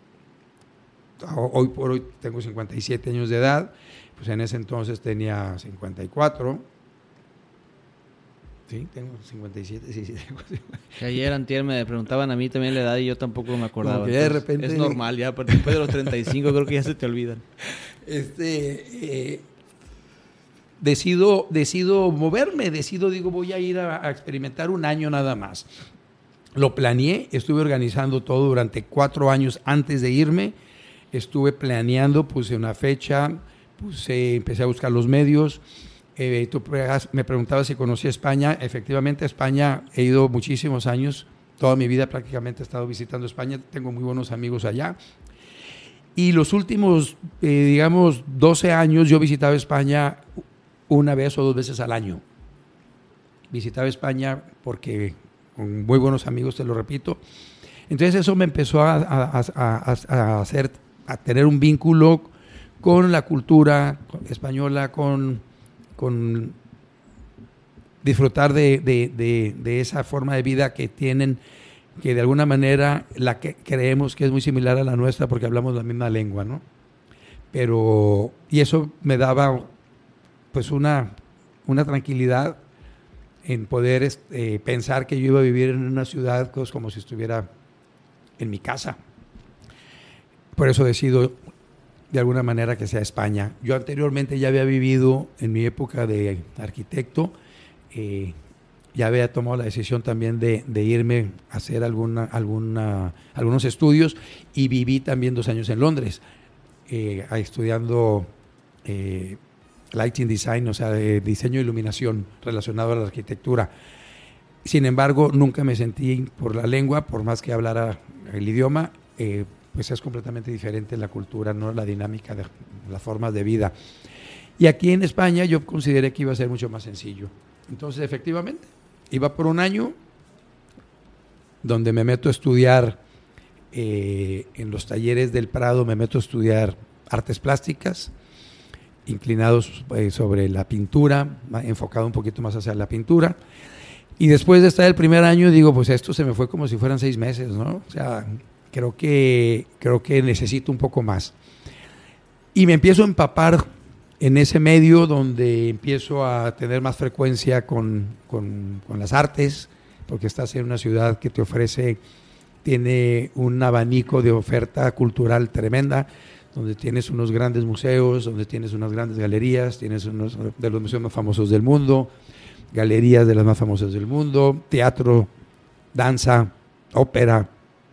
hoy por hoy tengo cincuenta y siete años de edad, pues en ese entonces tenía cincuenta y cuatro. Sí, tengo cincuenta y siete, sí, sí. Tengo Que ayer antier me preguntaban a mí también la edad y yo tampoco me acordaba. Como que de repente... Es normal, ya después de los treinta y cinco creo que ya se te olvidan. Este, eh, decido, decido moverme, decido, digo, voy a ir a, a experimentar un año nada más. Lo planeé, estuve organizando todo durante cuatro años antes de irme. Estuve planeando, puse una fecha, puse, empecé a buscar los medios. Eh, tú me preguntabas si conocía España. Efectivamente, a España he ido muchísimos años. Toda mi vida prácticamente he estado visitando España. Tengo muy buenos amigos allá. Y los últimos, eh, digamos, doce años yo visitaba España una vez o dos veces al año. Visitaba España porque con muy buenos amigos, te lo repito. Entonces eso me empezó a, a, a, a hacer, a tener un vínculo con la cultura española, con, con disfrutar de, de, de, de esa forma de vida que tienen, que de alguna manera la que creemos que es muy similar a la nuestra porque hablamos la misma lengua, ¿no? Pero, y eso me daba pues una, una tranquilidad en poder eh, pensar que yo iba a vivir en una ciudad pues, como si estuviera en mi casa. Por eso decido de alguna manera que sea España. Yo anteriormente ya había vivido en mi época de arquitecto, eh, ya había tomado la decisión también de, de irme a hacer alguna, alguna, algunos estudios y viví también dos años en Londres, eh, estudiando eh, lighting design, o sea, de diseño e iluminación relacionado a la arquitectura. Sin embargo, nunca me sentí por la lengua, por más que hablara el idioma, eh, pues es completamente diferente la cultura, ¿no? La dinámica de las formas de vida. Y aquí en España yo consideré que iba a ser mucho más sencillo. Entonces, efectivamente, iba por un año donde me meto a estudiar eh, en los talleres del Prado, me meto a estudiar artes plásticas, inclinados eh, sobre la pintura, enfocado un poquito más hacia la pintura. Y después de estar el primer año, digo, pues esto se me fue como si fueran seis meses, ¿no? O sea, creo que, creo que necesito un poco más. Y me empiezo a empapar en ese medio donde empiezo a tener más frecuencia con, con, con las artes, porque estás en una ciudad que te ofrece, tiene un abanico de oferta cultural tremenda, donde tienes unos grandes museos, donde tienes unas grandes galerías, tienes unos de los museos más famosos del mundo, galerías de las más famosas del mundo, teatro, danza, ópera,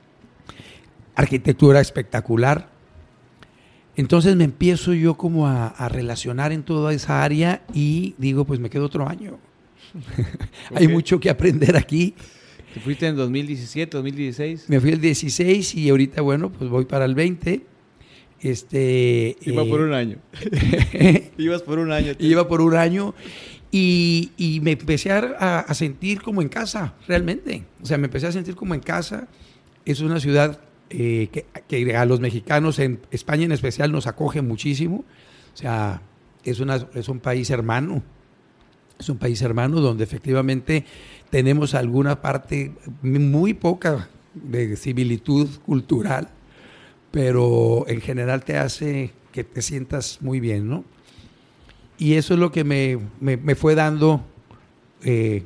arquitectura espectacular. Entonces me empiezo yo como a, a relacionar en toda esa área y digo, pues me quedo otro año. Okay. Hay mucho que aprender aquí. ¿Te fuiste en dos mil diecisiete, dos mil dieciséis? Me fui el dieciséis y ahorita, bueno, pues voy para el veinte. Este, Iba eh, por un año. Ibas por un año. Tío. Iba por un año y, y me empecé a, a sentir como en casa, realmente. O sea, me empecé a sentir como en casa. Es una ciudad eh, que, que a los mexicanos, en España en especial, nos acoge muchísimo. O sea, es, una, es un país hermano. Es un país hermano donde efectivamente tenemos alguna parte, muy poca, de similitud cultural, pero en general te hace que te sientas muy bien, ¿no? Y eso es lo que me, me, me fue dando, eh,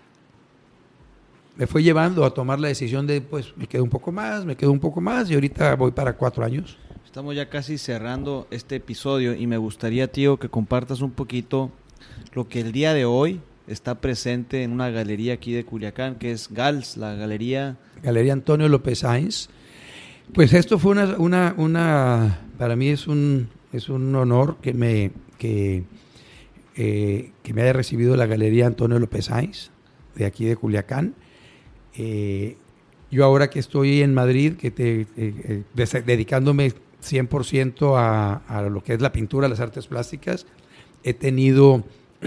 me fue llevando a tomar la decisión de, pues, me quedo un poco más, me quedo un poco más, y ahorita voy para cuatro años. Estamos ya casi cerrando este episodio y me gustaría, tío, que compartas un poquito lo que el día de hoy está presente en una galería aquí de Culiacán, que es GALS, la galería... Galería Antonio López Sáenz. Pues esto fue una, una, una para mí es un, es un honor que me, que eh, que me haya recibido la Galería Antonio López Sáenz, de aquí de Culiacán. Eh, yo ahora que estoy en Madrid, que te, eh, eh, des- dedicándome cien por ciento a, a lo que es la pintura, las artes plásticas, he tenido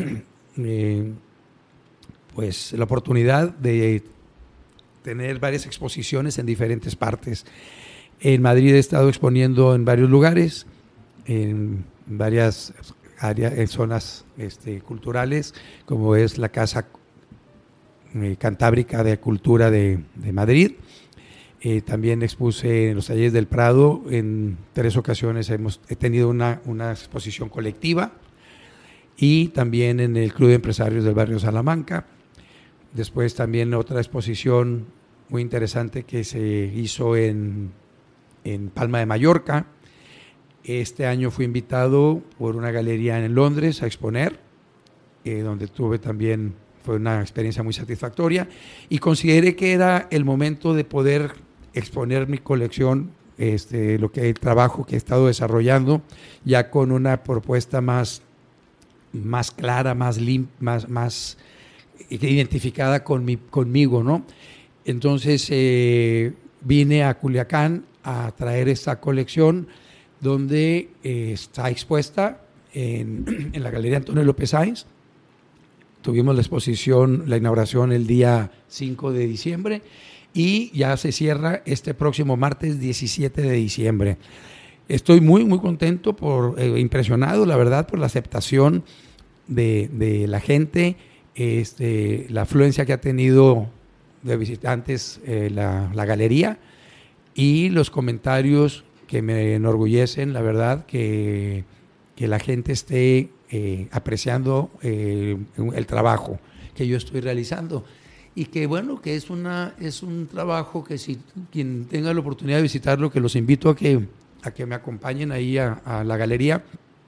eh, pues la oportunidad de tener varias exposiciones en diferentes partes. En Madrid he estado exponiendo en varios lugares, en varias áreas, en zonas este, culturales, como es la Casa eh, Cantábrica de Cultura de, de Madrid. Eh, también expuse en los Talleres del Prado. En tres ocasiones hemos, he tenido una, una exposición colectiva, y también en el Club de Empresarios del Barrio Salamanca. Después también otra exposición muy interesante que se hizo en, en Palma de Mallorca. Este año fui invitado por una galería en Londres a exponer, eh, donde tuve también, fue una experiencia muy satisfactoria, y consideré que era el momento de poder exponer mi colección, este, lo que el trabajo que he estado desarrollando, ya con una propuesta más, más clara, más limpia, más, más identificada con mi, conmigo, ¿no? Entonces eh, vine a Culiacán a traer esta colección, donde eh, está expuesta en, en la Galería Antonio López Sáenz. Tuvimos la exposición, la inauguración el día cinco de diciembre, y ya se cierra este próximo martes diecisiete de diciembre. Estoy muy, muy contento, por eh, impresionado, la verdad, por la aceptación de, de la gente, este, la afluencia que ha tenido de visitantes eh, la, la galería, y los comentarios que me enorgullecen, la verdad, que, que la gente esté eh, apreciando eh, el trabajo que yo estoy realizando, y que bueno, que es, una, es un trabajo que si quien tenga la oportunidad de visitarlo, que los invito a que, a que me acompañen ahí a, a la galería,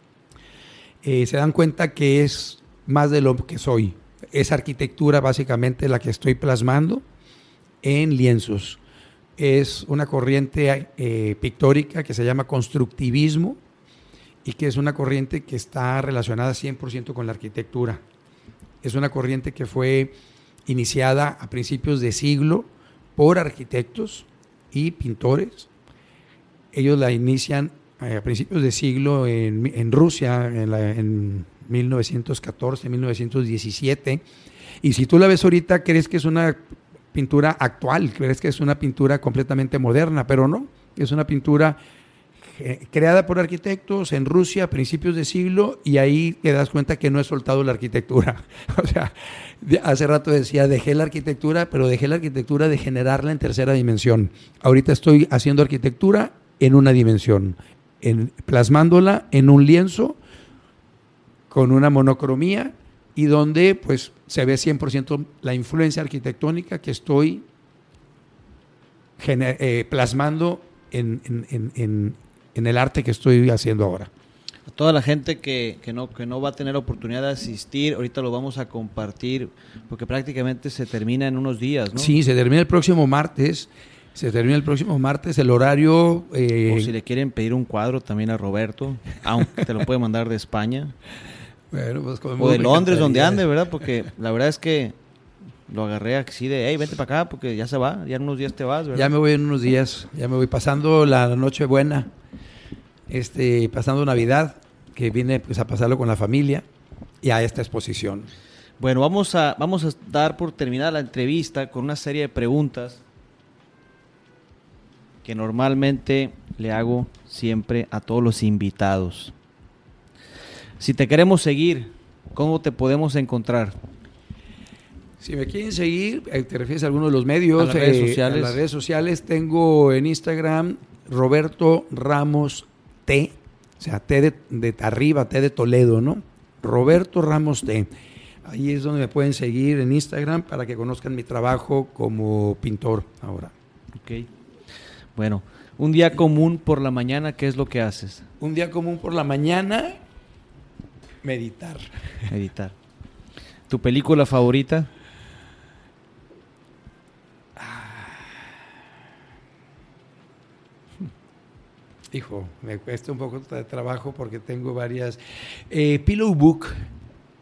eh, se dan cuenta que es más de lo que soy. Es arquitectura básicamente la que estoy plasmando en lienzos. Es una corriente eh, pictórica que se llama constructivismo, y que es una corriente que está relacionada cien por ciento con la arquitectura. Es una corriente que fue iniciada a principios de siglo por arquitectos y pintores. Ellos la inician eh, a principios de siglo en, en Rusia, en, la, en mil novecientos catorce, mil novecientos diecisiete, y si tú la ves ahorita crees que es una pintura actual, crees que es una pintura completamente moderna, pero no, es una pintura eh, creada por arquitectos en Rusia a principios de siglo, y ahí te das cuenta que no he soltado la arquitectura. O sea, de, hace rato decía, dejé la arquitectura, pero dejé la arquitectura de generarla en tercera dimensión. Ahorita estoy haciendo arquitectura en una dimensión, en, plasmándola en un lienzo con una monocromía, y donde pues se ve cien por ciento la influencia arquitectónica que estoy gener- eh, plasmando en, en, en, en, en el arte que estoy haciendo ahora. A toda la gente que, que, no, que no va a tener oportunidad de asistir, ahorita lo vamos a compartir, porque prácticamente se termina en unos días, ¿no? Sí, se termina el próximo martes. Se termina el próximo martes, el horario... Eh, o si le quieren pedir un cuadro también a Roberto, aunque te lo puede mandar de España. Bueno, pues, o de Londres, donde ande, ¿verdad? Porque la verdad es que lo agarré así de, hey, vente para acá, porque ya se va, ya en unos días te vas, ¿verdad? Ya me voy en unos días, ya me voy pasando la noche buena, este, pasando Navidad, que vine pues a pasarlo con la familia, y a esta exposición. Bueno, vamos a, vamos a dar por terminada la entrevista con una serie de preguntas que normalmente le hago siempre a todos los invitados. Si te queremos seguir, ¿cómo te podemos encontrar? Si me quieren seguir, eh, te refieres a alguno de los medios, a las redes eh, sociales. a las redes sociales, tengo en Instagram Roberto Ramos T, o sea, T de, de arriba, T de Toledo, ¿no? Roberto Ramos T. Ahí es donde me pueden seguir en Instagram para que conozcan mi trabajo como pintor ahora. Ok. Bueno, un día común por la mañana, ¿qué es lo que haces? Un día común por la mañana, meditar. Meditar. ¿Tu película favorita? Hijo, me cuesta un poco de trabajo porque tengo varias. Eh, Pillow Book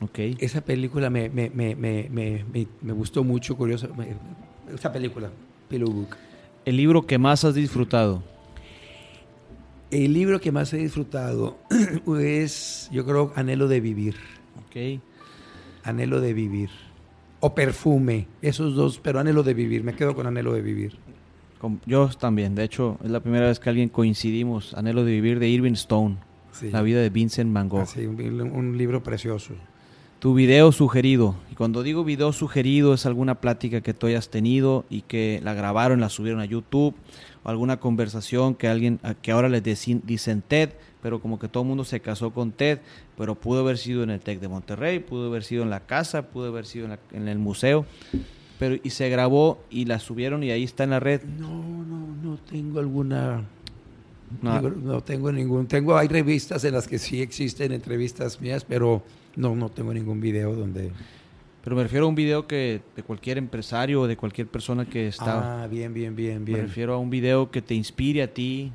Okay. Esa película me, me, me, me, me, me, me gustó mucho, curioso. Me, esa película, Pillow Book. ¿El libro que más has disfrutado? El libro que más he disfrutado es, yo creo, Anhelo de Vivir. Ok. Anhelo de Vivir. O Perfume, esos dos, pero Anhelo de Vivir. Me quedo con Anhelo de Vivir. Yo también, de hecho, es la primera vez que alguien coincidimos. Anhelo de Vivir de Irving Stone. Sí. La vida de Vincent Van Gogh. Sí, un, un libro precioso. Tu video sugerido. Y cuando digo video sugerido es alguna plática que tú hayas tenido y que la grabaron, la subieron a YouTube, o alguna conversación que alguien, que ahora les dicen TED, pero como que todo el mundo se casó con TED, pero pudo haber sido en el TEC de Monterrey, pudo haber sido en la casa, pudo haber sido en, la, en el museo, pero y se grabó y la subieron y ahí está en la red. No, no, no tengo alguna... No. No, no tengo ningún, tengo, hay revistas en las que sí existen entrevistas mías, pero no, no tengo ningún video donde... Pero me refiero a un video que de cualquier empresario o de cualquier persona que está... Ah, bien, bien, bien, bien. Me refiero a un video que te inspire a ti.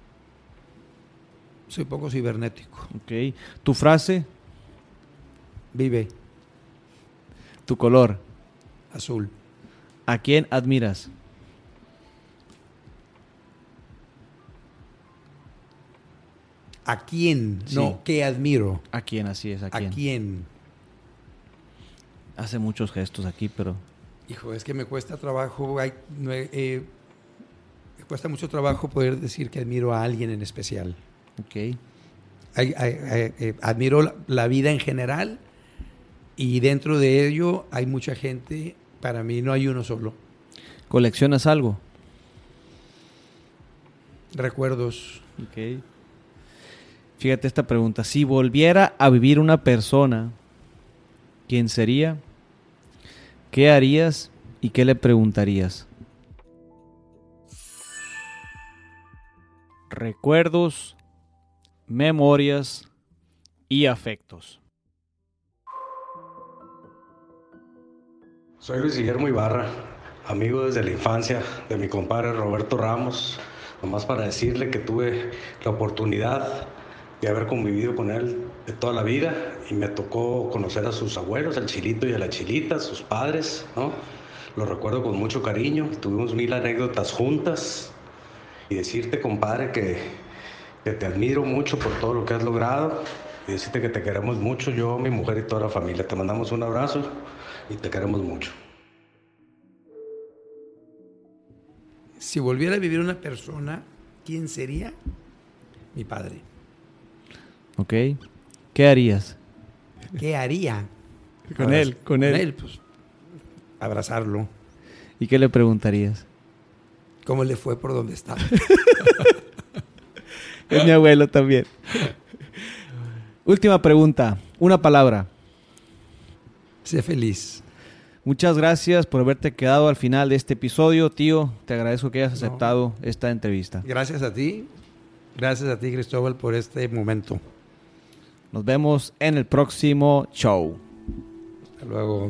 Soy poco cibernético. Ok. ¿Tu frase? Vive. ¿Tu color? Azul. ¿A quién admiras? ¿A quién? Sí. No, ¿qué admiro? ¿A quién? Así es, ¿a quién? ¿A quién? Hace muchos gestos aquí, pero... Hijo, es que me cuesta trabajo, hay, no, eh, me cuesta mucho trabajo poder decir que admiro a alguien en especial. Ok. Hay, hay, hay, eh, admiro la, la vida en general y dentro de ello hay mucha gente, para mí no hay uno solo. ¿Coleccionas algo? Recuerdos. Ok. Fíjate esta pregunta. Si volviera a vivir una persona, ¿quién sería? ¿Qué harías y qué le preguntarías? Recuerdos, memorias y afectos. Soy Luis Guillermo Ibarra, amigo desde la infancia de mi compadre Roberto Ramos. Nomás para decirle que tuve la oportunidad de haber convivido con él de toda la vida y me tocó conocer a sus abuelos, al Chilito y a la Chilita, sus padres, ¿no? Los recuerdo con mucho cariño, tuvimos mil anécdotas juntas y decirte, compadre, que, que te admiro mucho por todo lo que has logrado y decirte que te queremos mucho, yo, mi mujer y toda la familia. Te mandamos un abrazo y te queremos mucho. Si volviera a vivir una persona, ¿quién sería? Mi padre. Ok. ¿Qué harías? ¿Qué haría? Con Abra- él, con él. Con él, pues, abrazarlo. ¿Y qué le preguntarías? ¿Cómo le fue por donde estaba? Es mi abuelo también. Última pregunta. Una palabra. Sé feliz. Muchas gracias por haberte quedado al final de este episodio, tío. Te agradezco que hayas aceptado no. esta entrevista. Gracias a ti. Gracias a ti, Cristóbal, por este momento. Nos vemos en el próximo show. Hasta luego.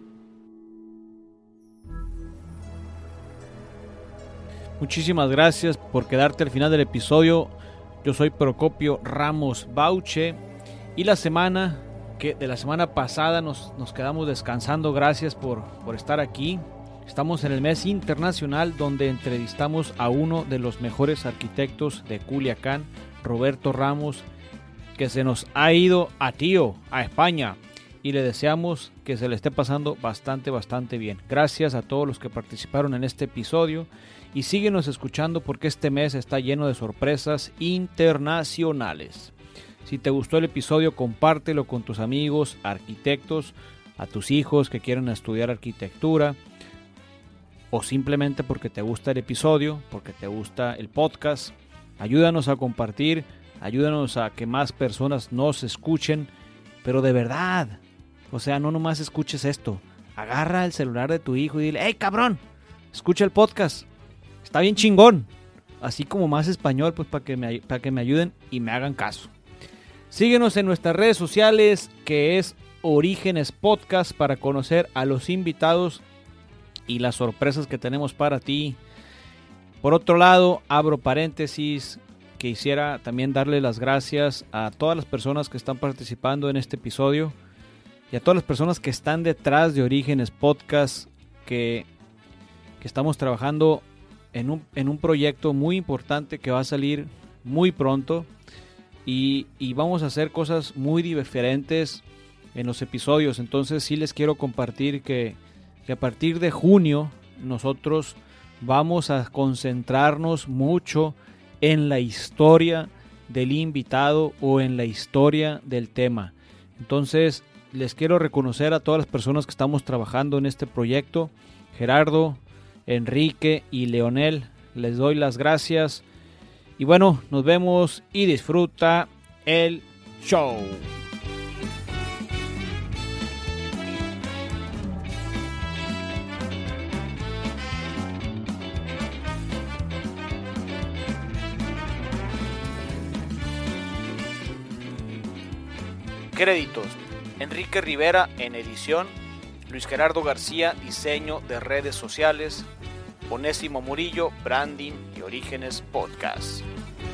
Muchísimas gracias por quedarte al final del episodio. Yo soy Procopio Ramos Bauche y la semana que de la semana pasada nos, nos quedamos descansando. Gracias por, por estar aquí. Estamos en el mes internacional donde entrevistamos a uno de los mejores arquitectos de Culiacán, Roberto Ramos, que se nos ha ido a tío, a España, y le deseamos que se le esté pasando bastante, bastante bien. Gracias a todos los que participaron en este episodio y síguenos escuchando porque este mes está lleno de sorpresas internacionales. Si te gustó el episodio, compártelo con tus amigos arquitectos, a tus hijos que quieren estudiar arquitectura, o simplemente porque te gusta el episodio, porque te gusta el podcast. Ayúdanos a compartir, ayúdanos a que más personas nos escuchen, pero de verdad. O sea, no nomás escuches esto. Agarra el celular de tu hijo y dile, ¡hey, cabrón! Escucha el podcast. Está bien chingón. Así como más español, pues para que me, para que me ayuden y me hagan caso. Síguenos en nuestras redes sociales, que es Orígenes Podcast, para conocer a los invitados y las sorpresas que tenemos para ti. Por otro lado, abro paréntesis, quisiera también darle las gracias a todas las personas que están participando en este episodio. y a todas las personas que están detrás de Orígenes Podcast, que, que estamos trabajando en un, en un proyecto muy importante que va a salir muy pronto, y, y vamos a hacer cosas muy diferentes en los episodios. Entonces sí les quiero compartir que, que a partir de junio nosotros vamos a concentrarnos mucho en la historia del invitado o en la historia del tema. Entonces les quiero reconocer a todas las personas que estamos trabajando en este proyecto. Gerardo, Enrique y Leonel, les doy las gracias. Y bueno, nos vemos y disfruta el show. Créditos: Enrique Rivera en edición, Luis Gerardo García diseño de redes sociales, Onésimo Murillo branding y Orígenes Podcast.